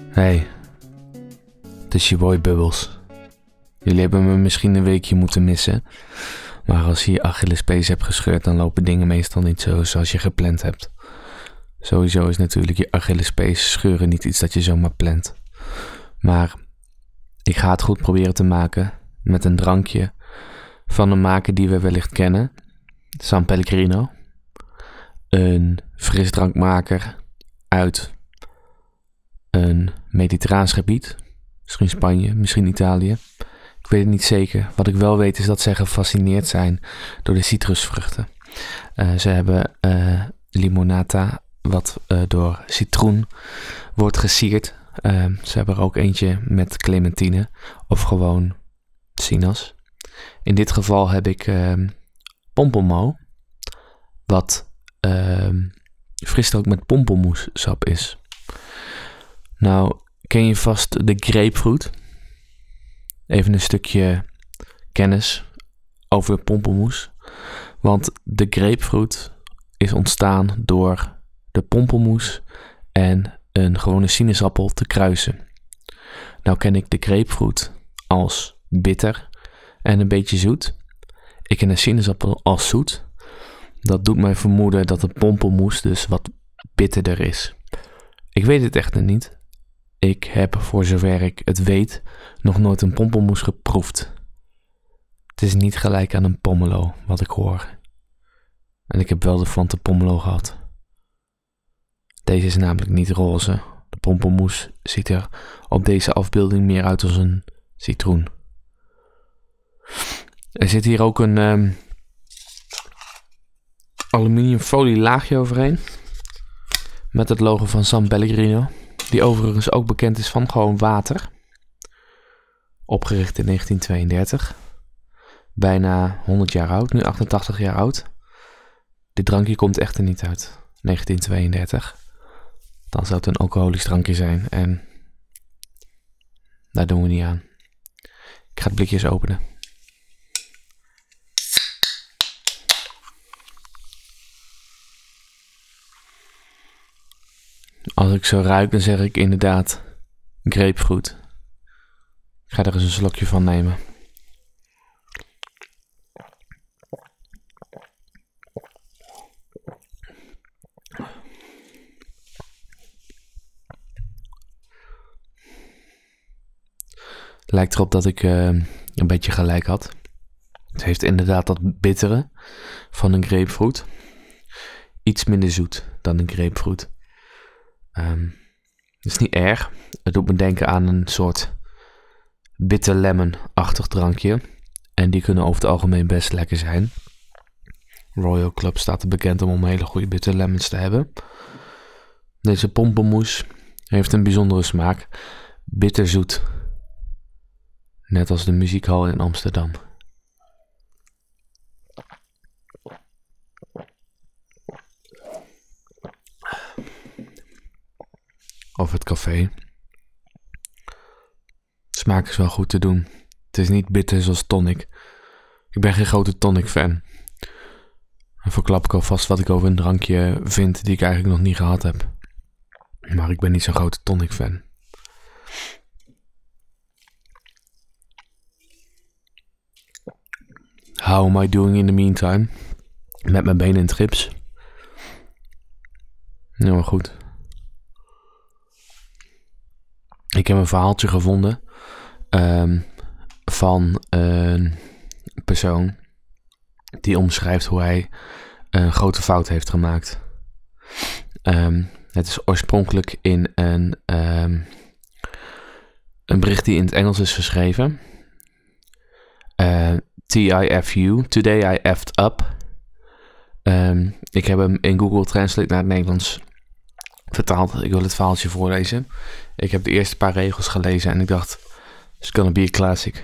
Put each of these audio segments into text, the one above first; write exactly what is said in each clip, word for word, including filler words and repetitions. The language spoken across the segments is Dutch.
Hey, het is je boy Bubbles. Jullie hebben me misschien een weekje moeten missen, maar als je je Achillespees hebt gescheurd, dan lopen dingen meestal niet zo zoals je gepland hebt. Sowieso is natuurlijk je Achillespees scheuren niet iets dat je zomaar plant. Maar ik ga het goed proberen te maken met een drankje van een maker die we wellicht kennen, San Pellegrino. Een frisdrankmaker uit een mediterraans gebied, misschien Spanje, misschien Italië. Ik weet het niet zeker. Wat ik wel weet is dat zij gefascineerd zijn door de citrusvruchten. Uh, ze hebben uh, limonata, wat uh, door citroen wordt gesierd. Uh, ze hebben er ook eentje met clementine of gewoon sinaas. In dit geval heb ik uh, pompelmo, wat uh, frisdrank met pompelmoessap is. Nou, ken je vast de grapefruit? Even een stukje kennis over pompelmoes. Want de grapefruit is ontstaan door de pompelmoes en een gewone sinaasappel te kruisen. Nou ken ik de grapefruit als bitter en een beetje zoet. Ik ken de sinaasappel als zoet. Dat doet mij vermoeden dat de pompelmoes dus wat bitterder is. Ik weet het echt niet. Ik heb, voor zover ik het weet, nog nooit een pompelmoes geproefd. Het is niet gelijk aan een pomelo, wat ik hoor. En ik heb wel de Fanta Pomelo gehad. Deze is namelijk niet roze. De pompelmoes ziet er op deze afbeelding meer uit als een citroen. Er zit hier ook een um, aluminiumfolie laagje overheen. Met het logo van San Pellegrino. Die overigens ook bekend is van gewoon water. Opgericht in negentien tweeëndertig. Bijna honderd jaar oud, nu achtentachtig jaar oud. Dit drankje komt echter niet uit negentien tweeëndertig. Dan zou het een alcoholisch drankje zijn en daar doen we niet aan. Ik ga het blikje eens openen. Als ik zo ruik, dan zeg ik inderdaad grapefruit. Ik ga er eens een slokje van nemen. Lijkt erop dat ik uh, een beetje gelijk had. Het heeft inderdaad dat bittere van een grapefruit. Iets minder zoet dan een grapefruit. Um, het is niet erg. Het doet me denken aan een soort bitter lemon-achtig drankje. En die kunnen over het algemeen best lekker zijn. Royal Club staat er bekend om, om hele goede bitter lemons te hebben. Deze pompelmoes heeft een bijzondere smaak. Bitterzoet. Net als de muziekhal in Amsterdam. Of het café. Smaak is wel goed te doen. Het is niet bitter zoals tonic. Ik ben geen grote tonic fan. En verklap ik alvast wat ik over een drankje vind die ik eigenlijk nog niet gehad heb. Maar ik ben niet zo'n grote tonic fan. How am I doing in the meantime? Met mijn benen in het gips. Nou, maar goed. Ik heb een verhaaltje gevonden um, van een persoon die omschrijft hoe hij een grote fout heeft gemaakt. Um, het is oorspronkelijk in een, um, een bericht die in het Engels is geschreven. Uh, T I F U, Today I effed up. Um, ik heb hem in Google Translate naar het Nederlands vertaald. Ik wil het verhaaltje voorlezen. Ik heb de eerste paar regels gelezen en ik dacht, it's gonna be a classic.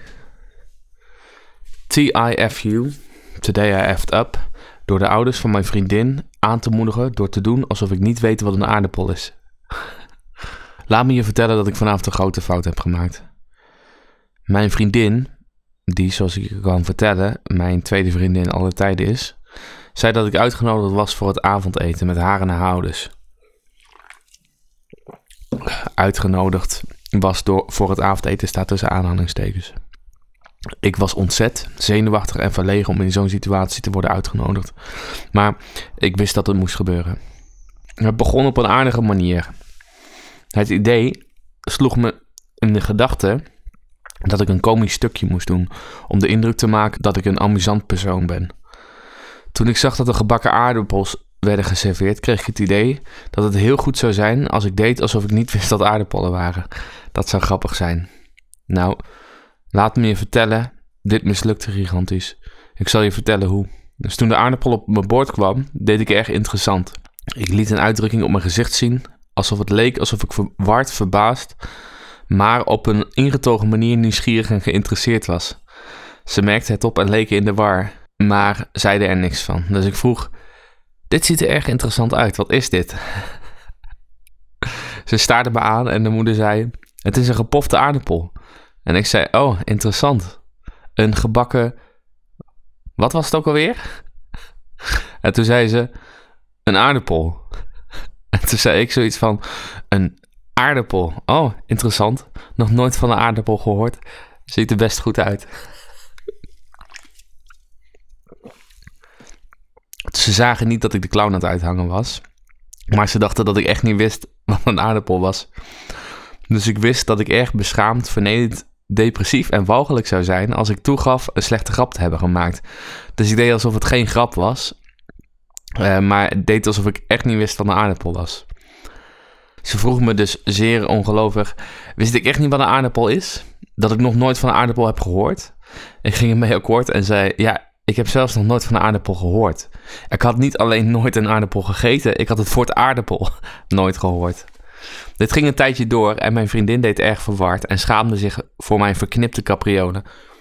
T I F U, Today I effed up. Door de ouders van mijn vriendin aan te moedigen door te doen alsof ik niet weet wat een aardappel is. Laat me je vertellen dat ik vanavond een grote fout heb gemaakt. Mijn vriendin, die zoals ik je kan vertellen, mijn tweede vriendin alle tijden is, zei dat ik uitgenodigd was voor het avondeten met haar en haar ouders. uitgenodigd was door, voor het avondeten, staat tussen aanhalingstekens. Ik was ontzet, zenuwachtig en verlegen om in zo'n situatie te worden uitgenodigd. Maar ik wist dat het moest gebeuren. Het begon op een aardige manier. Het idee sloeg me in de gedachte dat ik een komisch stukje moest doen om de indruk te maken dat ik een amusant persoon ben. Toen ik zag dat de gebakken aardappels werden geserveerd, kreeg ik het idee dat het heel goed zou zijn als ik deed alsof ik niet wist dat aardappelen waren. Dat zou grappig zijn. Nou, laat me je vertellen, dit mislukte gigantisch. Ik zal je vertellen hoe. Dus toen de aardappel op mijn bord kwam, deed ik erg interessant. Ik liet een uitdrukking op mijn gezicht zien, alsof het leek alsof ik verward, verbaasd, maar op een ingetogen manier nieuwsgierig en geïnteresseerd was. Ze merkten het op en leken in de war, maar zeiden er niks van. Dus ik vroeg, dit ziet er erg interessant uit, wat is dit? Ze staarden me aan en de moeder zei, het is een gepofte aardappel. En ik zei, oh, interessant. Een gebakken, wat was het ook alweer? En toen zei ze, een aardappel. En toen zei ik zoiets van, een aardappel. Oh, interessant. Nog nooit van een aardappel gehoord. Ziet er best goed uit. Ze zagen niet dat ik de clown aan het uithangen was. Maar ze dachten dat ik echt niet wist wat een aardappel was. Dus ik wist dat ik erg beschaamd, vernederd, depressief en walgelijk zou zijn als ik toegaf een slechte grap te hebben gemaakt. Dus ik deed alsof het geen grap was. Uh, maar het deed alsof ik echt niet wist wat een aardappel was. Ze vroeg me dus zeer ongelovig, wist ik echt niet wat een aardappel is? Dat ik nog nooit van een aardappel heb gehoord? Ik ging ermee akkoord en zei, ja, ik heb zelfs nog nooit van een aardappel gehoord. Ik had niet alleen nooit een aardappel gegeten, ik had het woord aardappel nooit gehoord. Dit ging een tijdje door en mijn vriendin deed erg verward en schaamde zich voor mijn verknipte capriolen.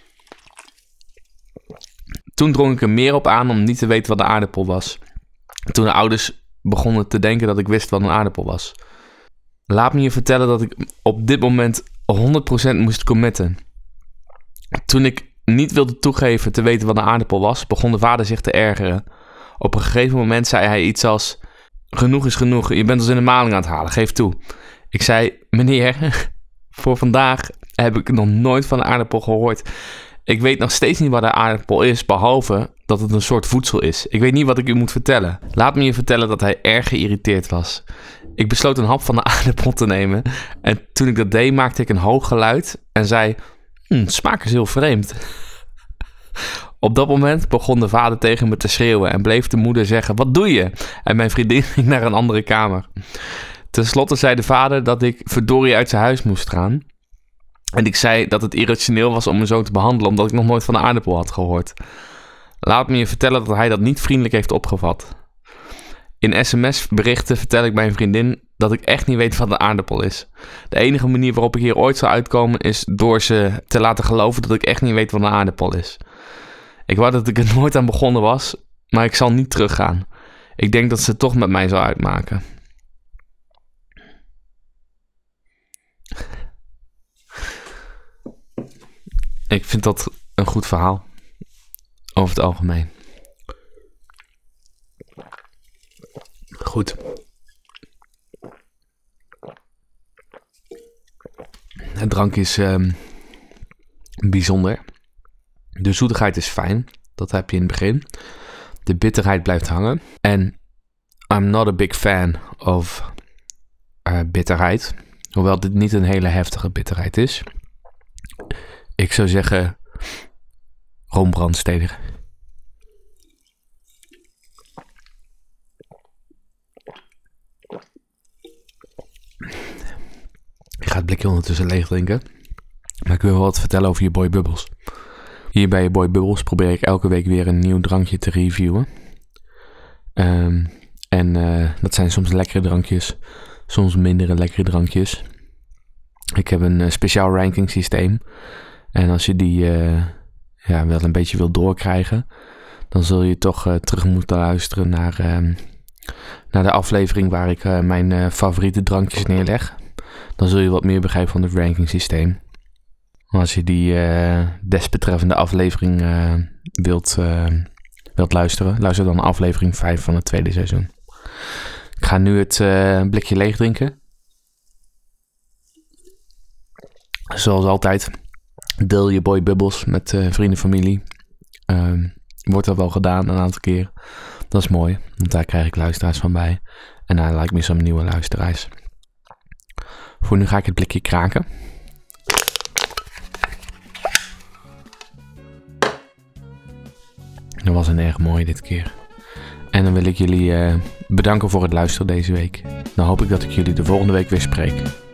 Toen drong ik er meer op aan om niet te weten wat een aardappel was. Toen de ouders begonnen te denken dat ik wist wat een aardappel was. Laat me je vertellen dat ik op dit moment honderd procent moest committen. Toen ik niet wilde toegeven te weten wat een aardappel was, begon de vader zich te ergeren. Op een gegeven moment zei hij iets als, genoeg is genoeg, je bent ons in de maling aan het halen, geef toe. Ik zei, meneer, voor vandaag heb ik nog nooit van een aardappel gehoord. Ik weet nog steeds niet wat een aardappel is, behalve dat het een soort voedsel is. Ik weet niet wat ik u moet vertellen. Laat me je vertellen dat hij erg geïrriteerd was. Ik besloot een hap van de aardappel te nemen. En toen ik dat deed, maakte ik een hoog geluid en zei, hm, smaak is heel vreemd. Op dat moment begon de vader tegen me te schreeuwen en bleef de moeder zeggen, wat doe je? En mijn vriendin ging naar een andere kamer. Ten slotte zei de vader dat ik verdorie uit zijn huis moest gaan. En ik zei dat het irrationeel was om me zo te behandelen, omdat ik nog nooit van een aardappel had gehoord. Laat me je vertellen dat hij dat niet vriendelijk heeft opgevat. In sms-berichten vertel ik mijn vriendin dat ik echt niet weet wat een aardappel is. De enige manier waarop ik hier ooit zal uitkomen is door ze te laten geloven dat ik echt niet weet wat een aardappel is. Ik wou dat ik er nooit aan begonnen was, maar ik zal niet teruggaan. Ik denk dat ze het toch met mij zal uitmaken. Ik vind dat een goed verhaal. Over het algemeen. Goed. Het drankje is um, bijzonder. De zoetigheid is fijn. Dat heb je in het begin. De bitterheid blijft hangen. En I'm not a big fan of uh, bitterheid. Hoewel dit niet een hele heftige bitterheid is. Ik zou zeggen roombrandsteder. Ik ga het blikje ondertussen leeg drinken. Maar ik wil wel wat vertellen over je Boy Bubbles. Hier bij je Boy Bubbles probeer ik elke week weer een nieuw drankje te reviewen. Um, en uh, dat zijn soms lekkere drankjes. Soms mindere lekkere drankjes. Ik heb een uh, speciaal ranking systeem. En als je die uh, ja, wel een beetje wil doorkrijgen, dan zul je toch uh, terug moeten luisteren naar, uh, naar de aflevering waar ik uh, mijn uh, favoriete drankjes neerleg. Dan zul je wat meer begrijpen van het ranking systeem. Als je die uh, desbetreffende aflevering uh, wilt, uh, wilt luisteren, luister dan naar aflevering vijf van het tweede seizoen. Ik ga nu het uh, blikje leeg drinken. Zoals altijd, deel je boy bubbles met uh, vrienden en familie. Um, wordt dat wel gedaan een aantal keer. Dat is mooi, want daar krijg ik luisteraars van bij. En daar lijkt me zo'n nieuwe luisteraars. Voor nu ga ik het blikje kraken. Dat was een erg mooi dit keer. En dan wil ik jullie uh, bedanken voor het luisteren deze week. Dan hoop ik dat ik jullie de volgende week weer spreek.